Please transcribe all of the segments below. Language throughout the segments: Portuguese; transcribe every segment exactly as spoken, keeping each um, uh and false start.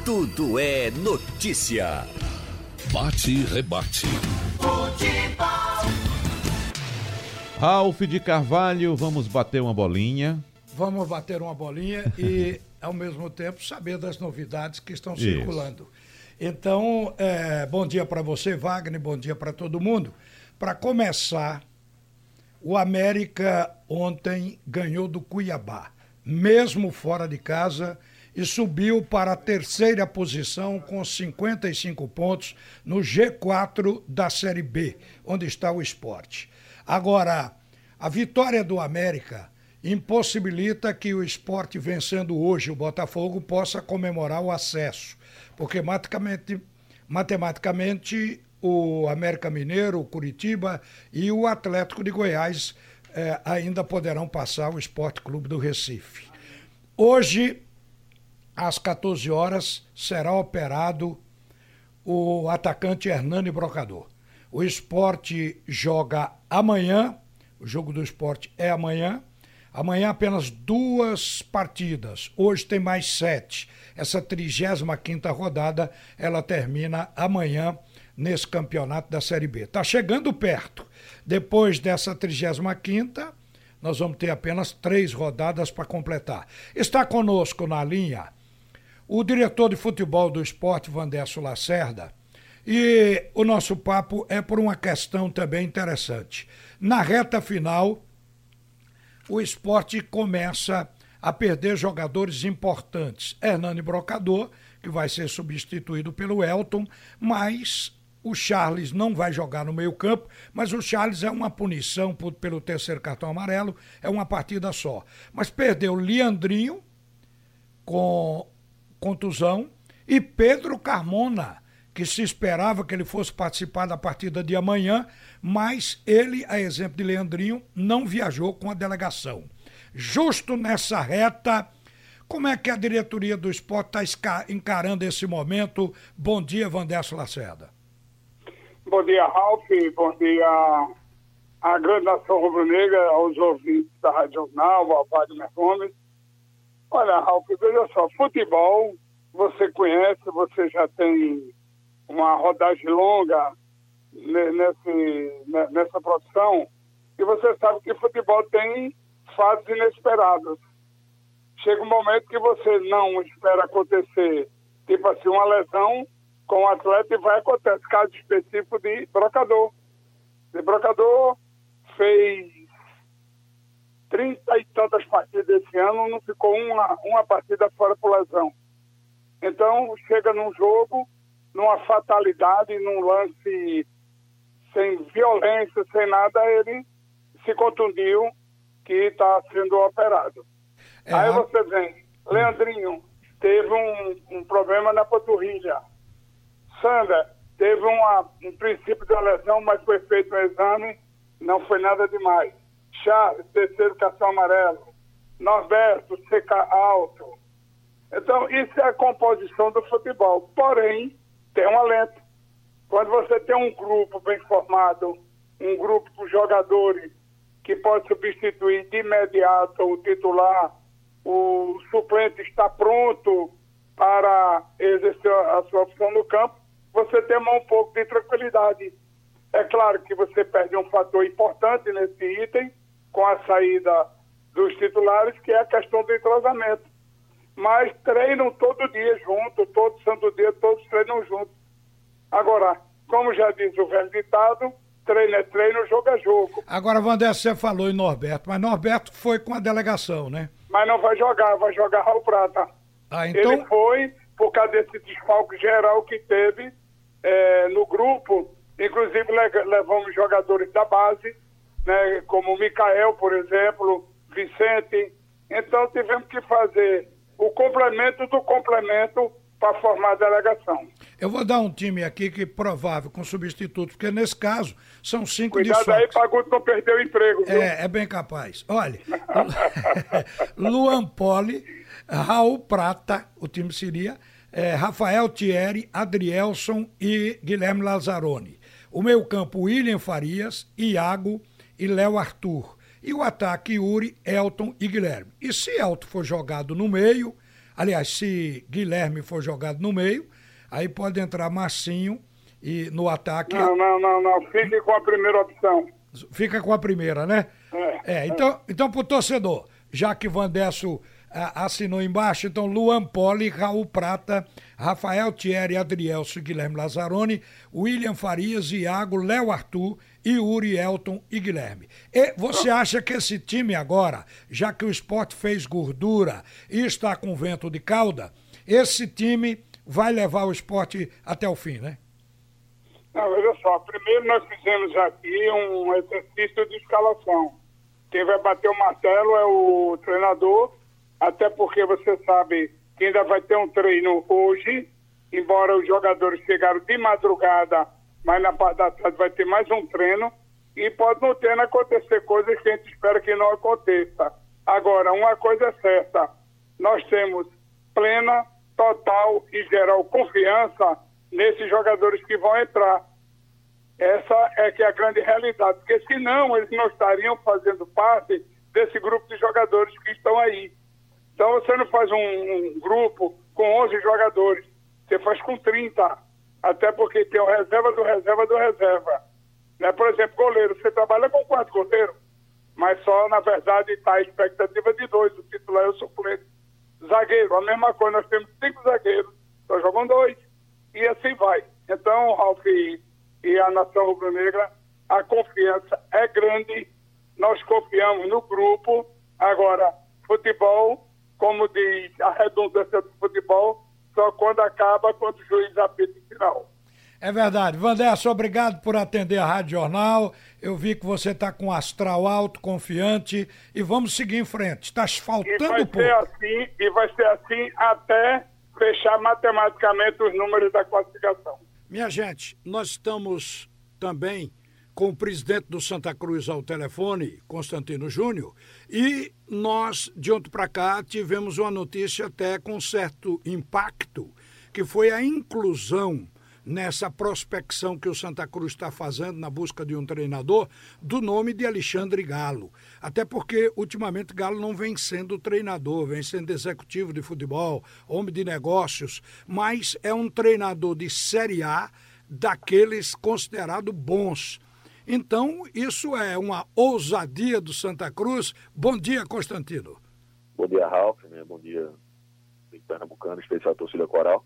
tudo é notícia. Bate e rebate. Futebol. Ralf de Carvalho, vamos bater uma bolinha. Vamos bater uma bolinha e, ao mesmo tempo, saber das novidades que estão circulando. Então, é, bom dia para você, Wagner, bom dia para todo mundo. Para começar, o América ontem ganhou do Cuiabá, mesmo fora de casa, e subiu para a terceira posição com cinquenta e cinco pontos no G quatro da Série B, onde está o Sport. Agora, a vitória do América impossibilita que o Sport, vencendo hoje o Botafogo, possa comemorar o acesso, porque matematicamente, matematicamente o América Mineiro, o Curitiba e o Atlético de Goiás eh, ainda poderão passar o Sport Clube do Recife. Hoje, às quatorze horas, será operado o atacante Hernani Brocador. O Sport joga amanhã, o jogo do Sport é amanhã, amanhã apenas duas partidas, hoje tem mais sete. Essa trigésima quinta rodada, ela termina amanhã nesse campeonato da Série B. Está chegando perto. Depois dessa trigésima quinta, nós vamos ter apenas três rodadas para completar. Está conosco na linha o diretor de futebol do Sport, Vandesso Lacerda, e o nosso papo é por uma questão também interessante. Na reta final, o Sport começa a perder jogadores importantes. Hernani Brocador, que vai ser substituído pelo Elton, mas o Charles não vai jogar no meio-campo, mas o Charles é uma punição por, pelo terceiro cartão amarelo, é uma partida só. Mas perdeu Leandrinho com contusão e Pedro Carmona, que se esperava que ele fosse participar da partida de amanhã, mas ele, a exemplo de Leandrinho, não viajou com a delegação. Justo nessa reta, como é que a diretoria do Sport está encarando esse momento? Bom dia, Vandesso Lacerda. Bom dia, Ralf. Bom dia à grande nação rubro-negra, aos ouvintes da Rádio Jornal, ao Wagner Gomes. Olha, Ralf, veja só, futebol, você conhece, você já tem uma rodagem longa nesse, nessa profissão, e você sabe que futebol tem fatos inesperados. Chega um momento que você não espera acontecer, tipo assim, uma lesão com o atleta, e vai acontecer. Caso específico de Brocador. De Brocador fez trinta e tantas partidas esse ano, não ficou uma, uma partida fora por lesão. Então, chega num jogo, numa fatalidade, num lance sem violência, sem nada, ele se contundiu, que está sendo operado. É. Aí você vem, Leandrinho teve um, um problema na panturrilha. Sandra teve uma, um princípio de lesão, mas foi feito um exame, não foi nada demais. Charles, terceiro cartão amarelo. Norberto, C K alto. Então, isso é a composição do futebol. Porém, tem um alento. Quando você tem um grupo bem formado, um grupo com jogadores que pode substituir de imediato o titular, o suplente está pronto para exercer a sua função no campo, você tem um pouco de tranquilidade. É claro que você perde um fator importante nesse item, com a saída dos titulares, que é a questão do entrosamento. Mas treinam todo dia junto, todo santo dia, todos treinam juntos. Agora, como já diz o velho ditado, treino é treino, jogo é jogo. Agora, Vandesso, você falou em Norberto, mas Norberto foi com a delegação, né? Mas não vai jogar, vai jogar Raul Prata. Ah, então... Ele foi por causa desse desfalque geral que teve é, no grupo. Inclusive, le- levamos jogadores da base, né, como o Micael, por exemplo, Vicente. Então, tivemos que fazer o complemento do complemento para formar a delegação. Eu vou dar um time aqui que é provável, com substituto, porque nesse caso são cinco Cuidado desfalques. aí para Guto não perder o emprego, viu? É, é bem capaz. Olha, Luan Poli, Raul Prata, o time seria, é, Rafael Thierry, Adrielson e Guilherme Lazzaroni. O meio campo, William Farias, Iago e Léo Arthur. E o ataque, Yuri, Elton e Guilherme. E se Elton for jogado no meio, aliás, se Guilherme for jogado no meio, aí pode entrar Marcinho e no ataque... Não, não, não, não. Fique com a primeira opção. Fica com a primeira, né? É. É, então, então pro torcedor, já que Vandesso ah, assinou embaixo, então Luan Poli, Raul Prata, Rafael Thierry, Adrielso e Guilherme Lazzaroni, William Farias, Iago, Léo Arthur, Yuri, Elton e Guilherme. E você acha que esse time agora, já que o Sport fez gordura e está com vento de cauda, esse time vai levar o Sport até o fim, né? Não, olha só, primeiro nós fizemos aqui um exercício de escalação. Quem vai bater o martelo é o treinador, até porque você sabe que ainda vai ter um treino hoje, embora os jogadores chegaram de madrugada, mas na parte da tarde vai ter mais um treino, e pode não ter acontecer coisas que a gente espera que não aconteça. Agora, uma coisa é certa, nós temos plena, total e geral confiança nesses jogadores que vão entrar. Essa é que é a grande realidade, porque senão eles não estariam fazendo parte desse grupo de jogadores que estão aí. Então você não faz um, um grupo com onze jogadores, você faz com trinta, até porque tem o reserva do reserva do reserva. Né? Por exemplo, goleiro, você trabalha com quatro goleiros, mas só, na verdade, está a expectativa de dois, o titular e o suplente. Zagueiro, a mesma coisa, nós temos cinco zagueiros, só jogam dois, e assim vai. Então, Ralf e, e a Nação Rubro-Negra, a confiança é grande, nós confiamos no grupo. Agora, futebol, como diz a redundância do futebol, só quando acaba, quando o juiz apita o final. É verdade. Vandesso, obrigado por atender a Rádio Jornal. Eu vi que você está com astral alto, confiante, e vamos seguir em frente. Está faltando e vai pouco. Ser assim, e vai ser assim até fechar matematicamente os números da classificação. Minha gente, nós estamos também com o presidente do Santa Cruz ao telefone, Constantino Júnior, e nós, de ontem para cá, tivemos uma notícia até com certo impacto, que foi a inclusão nessa prospecção que o Santa Cruz está fazendo na busca de um treinador, do nome de Alexandre Galo. Até porque, ultimamente, Galo não vem sendo treinador, vem sendo executivo de futebol, homem de negócios, mas é um treinador de Série A, daqueles considerados bons. Então, isso é uma ousadia do Santa Cruz. Bom dia, Constantino. Bom dia, Ralf, né? Bom dia, Pernambucano, especial torcida coral.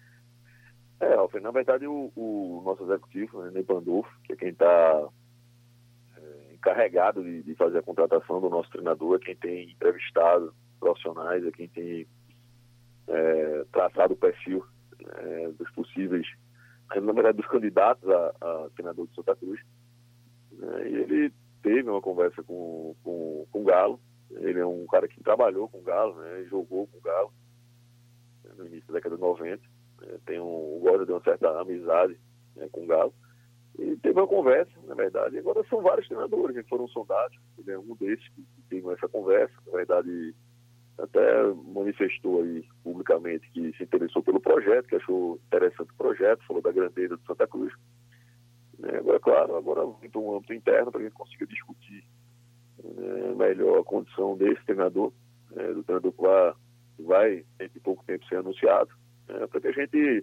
É, Ralf, na verdade o, o nosso executivo, né, Ney Pandolfo, que é quem está é, encarregado de, de fazer a contratação do nosso treinador, é quem tem entrevistado profissionais, é quem tem é, traçado o perfil é, dos possíveis, na verdade dos candidatos a, a treinador de Santa Cruz. É, e ele teve uma conversa com, com, com o Galo. Ele é um cara que trabalhou com o Galo, né, jogou com o Galo né, no início da década de noventa. Tem um, gosta de uma certa amizade, né, com o Galo, e teve uma conversa, na verdade. Agora são vários treinadores que foram sondados, ele é um desses que, que teve essa conversa, na verdade até manifestou aí publicamente que se interessou pelo projeto, que achou interessante o projeto, falou da grandeza do Santa Cruz. Né? Agora, claro, agora muito um âmbito interno para a gente conseguir discutir né, melhor a condição desse treinador, né, do treinador que vai, vai em pouco tempo ser anunciado. É, para que a gente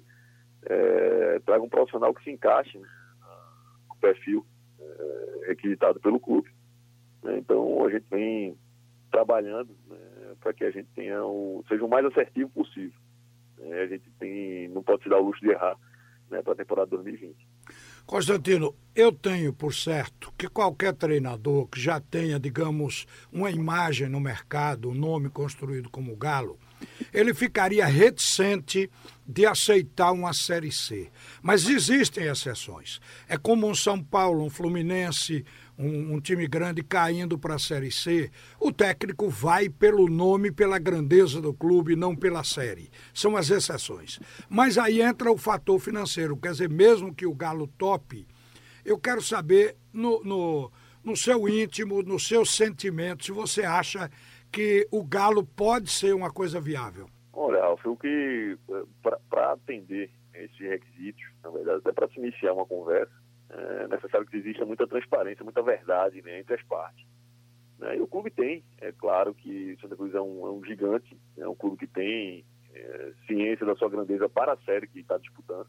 é, traga um profissional que se encaixe né, no perfil é, requisitado pelo clube. Né? Então, a gente vem trabalhando né, para que a gente tenha um, seja o mais assertivo possível. É, a gente tem, não pode se dar o luxo de errar né, para a temporada dois mil e vinte. Constantino, eu tenho por certo que qualquer treinador que já tenha, digamos, uma imagem no mercado, um nome construído como Galo, ele ficaria reticente de aceitar uma Série C. Mas existem exceções. É como um São Paulo, um Fluminense, um, um time grande caindo para a Série C. O técnico vai pelo nome, pela grandeza do clube, não pela série. São as exceções. Mas aí entra o fator financeiro. Quer dizer, mesmo que o Galo tope, eu quero saber no, no, no seu íntimo, no seu sentimento, se você acha que o Galo pode ser uma coisa viável. Olha, Ralf, o que para atender esses requisitos, na verdade, até para se iniciar uma conversa, é necessário que exista muita transparência, muita verdade né, entre as partes. Né? E o clube tem, é claro que o Santa Cruz é um, é um gigante, é um clube que tem é, ciência da sua grandeza para a série que está disputando.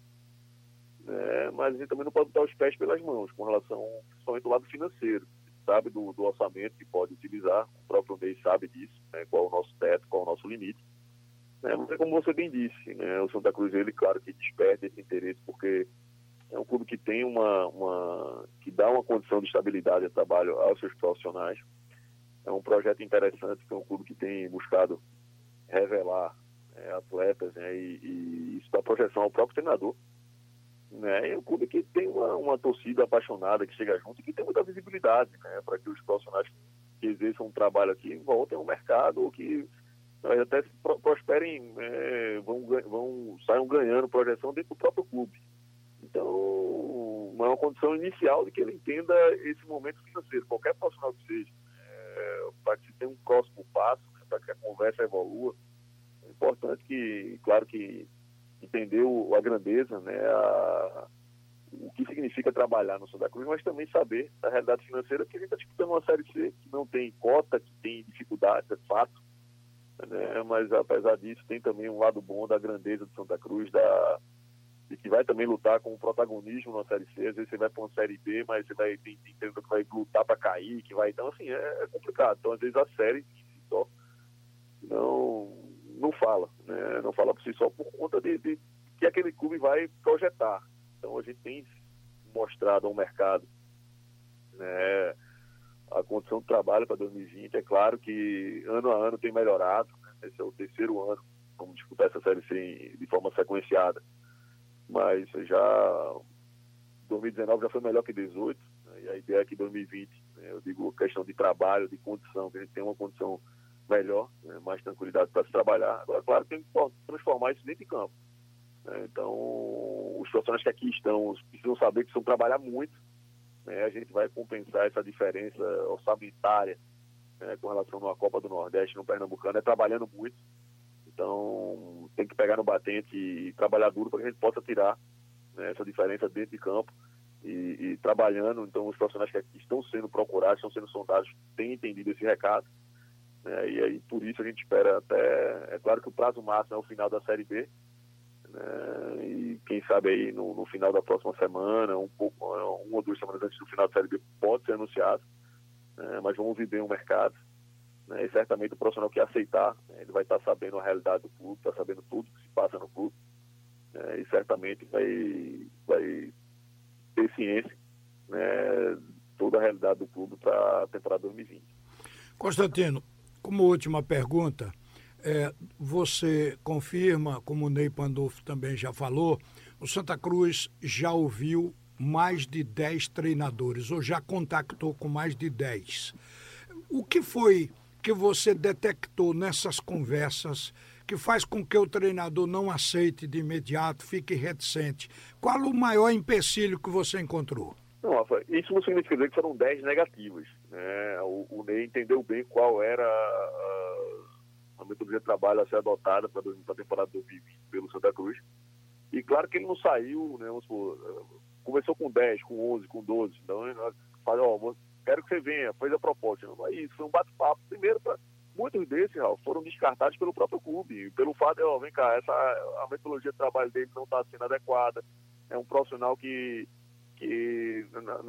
É, mas a gente também não pode botar os pés pelas mãos com relação, principalmente do lado financeiro. A gente sabe do, do orçamento que pode utilizar, o próprio Ney sabe disso, né, qual é o nosso teto, qual é o nosso limite. É, mas é como você bem disse, né, o Santa Cruz, ele, claro, que desperta esse interesse, porque é um clube que tem uma, uma que dá uma condição de estabilidade de trabalho aos seus profissionais. É um projeto interessante, que é um clube que tem buscado revelar é, atletas, né, e, e isso dá projeção ao próprio treinador. Né? É um clube que tem uma, uma torcida apaixonada que chega junto e que tem muita visibilidade, né, para que os profissionais que exerçam um trabalho aqui voltem ao mercado ou que até prosperem, é, vão, vão, saiam ganhando projeção dentro do próprio clube. Então, é uma condição inicial de que ele entenda esse momento financeiro, qualquer profissional que seja, é, para que se tenha um próximo passo, né, para que a conversa evolua. É importante que, claro que entender o, a grandeza, né, a, o que significa trabalhar no Santa Cruz, mas também saber da realidade financeira, que a gente está disputando uma Série C que não tem cota, que tem dificuldades, é fato, né, mas apesar disso tem também um lado bom da grandeza do Santa Cruz, da, de que vai também lutar com o protagonismo na Série C. Às vezes você vai para uma Série B, mas você vai tem, tem que vai lutar para cair, que vai, então assim, é, é complicado. Então às vezes a série só não não fala, né? Não fala por si só por conta de, de que aquele clube vai projetar. Então a gente tem mostrado ao mercado, né, a condição de trabalho para dois mil e vinte. É claro que ano a ano tem melhorado, né? Esse é o terceiro ano, vamos disputar essa Série C de forma sequenciada, mas já dois mil e dezenove já foi melhor que dezoito, né? E a ideia é que dois mil e vinte, né, eu digo questão de trabalho, de condição, que a gente tem uma condição melhor, né, mais tranquilidade para se trabalhar. Agora, claro, tem que transformar isso dentro de campo, né? Então, os profissionais que aqui estão precisam saber que precisam trabalhar muito, né? A gente vai compensar essa diferença orçamentária, né, com relação a uma Copa do Nordeste no Pernambucano, é trabalhando muito. Então, tem que pegar no batente e trabalhar duro para que a gente possa tirar, né, essa diferença dentro de campo e, e trabalhando. Então, os profissionais que aqui estão sendo procurados, estão sendo sondados, têm entendido esse recado. É, e aí, por isso, a gente espera até... É claro que o prazo máximo é o final da Série B, né, e quem sabe aí no, no final da próxima semana, um pouco, uma ou duas semanas antes do final da Série B, pode ser anunciado, né, mas vamos viver um mercado, né, e certamente o profissional que aceitar, né, ele vai estar sabendo a realidade do clube, está sabendo tudo que se passa no clube, né, e certamente vai, vai ter ciência, né, toda a realidade do clube para a temporada dois mil e vinte. Constantino, como última pergunta, é, você confirma, como o Ney Pandolfo também já falou, o Santa Cruz já ouviu mais de dez treinadores, ou já contactou com mais de dez. O que foi que você detectou nessas conversas que faz com que o treinador não aceite de imediato, fique reticente? Qual o maior empecilho que você encontrou? Não, Rafa, isso não significa dizer que foram dez negativas, né? O, o Ney entendeu bem qual era a, a metodologia de trabalho a ser adotada para a temporada dois mil e vinte pelo Santa Cruz. E claro que ele não saiu, né? Vamos supor, conversou com dez, com onze, com doze. Então ele falou, ó, quero que você venha, fez a proposta. Não é isso, foi um bate-papo. Primeiro, pra, muitos desses, Raul, foram descartados pelo próprio clube, pelo fato de, ó, vem cá, essa, a metodologia de trabalho dele não está sendo adequada. É um profissional que que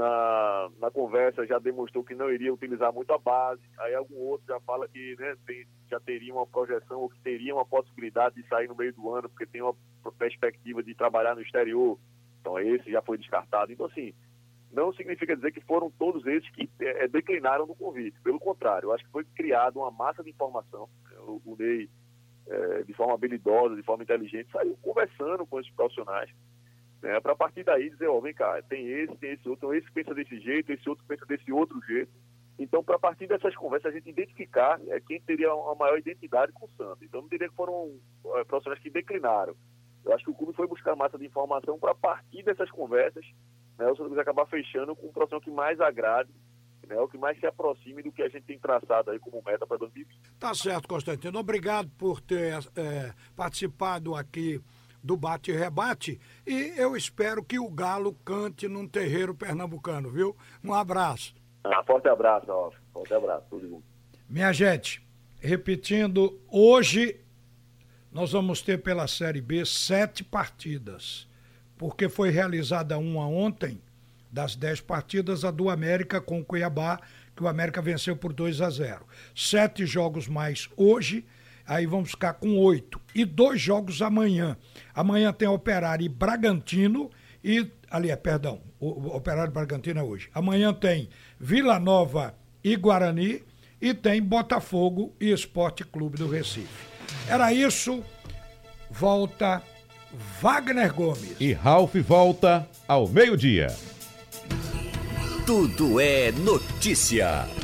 na, na conversa já demonstrou que não iria utilizar muito a base, aí algum outro já fala que, né, tem, já teria uma projeção ou que teria uma possibilidade de sair no meio do ano porque tem uma perspectiva de trabalhar no exterior, então esse já foi descartado. Então assim, não significa dizer que foram todos esses que é, declinaram no convite, pelo contrário, eu acho que foi criada uma massa de informação. O, o Ney, é, de forma habilidosa, de forma inteligente, saiu conversando com esses profissionais, né, para a partir daí dizer, ó, vem cá, tem esse, tem esse outro, esse pensa desse jeito, esse outro pensa desse outro jeito. Então, para a partir dessas conversas, a gente identificar é, quem teria uma maior identidade com o Santa. Então, não diria que foram é, profissionais que declinaram. Eu acho que o clube foi buscar massa de informação para a partir dessas conversas, né, o Santa Cruz acabar fechando com um profissional que mais agrade, né, o que mais se aproxime do que a gente tem traçado aí como meta para dois mil e vinte. Tá certo, Constantino. Obrigado por ter é, participado aqui do Bate e Rebate, e eu espero que o Galo cante num terreiro pernambucano, viu? Um abraço. Ah, forte abraço, ó. Forte abraço, tudo bom. Minha gente, repetindo, hoje nós vamos ter pela Série B sete partidas, porque foi realizada uma ontem, das dez partidas, a do América com o Cuiabá, que o América venceu por dois a zero. Sete jogos mais hoje, aí vamos ficar com oito. E dois jogos amanhã. Amanhã tem Operário e Bragantino e... Ali é, perdão, o Operário e Bragantino é hoje. Amanhã tem Vila Nova e Guarani e tem Botafogo e Esporte Clube do Recife. Era isso. Volta Wagner Gomes. E Ralf volta ao meio-dia. Tudo é notícia.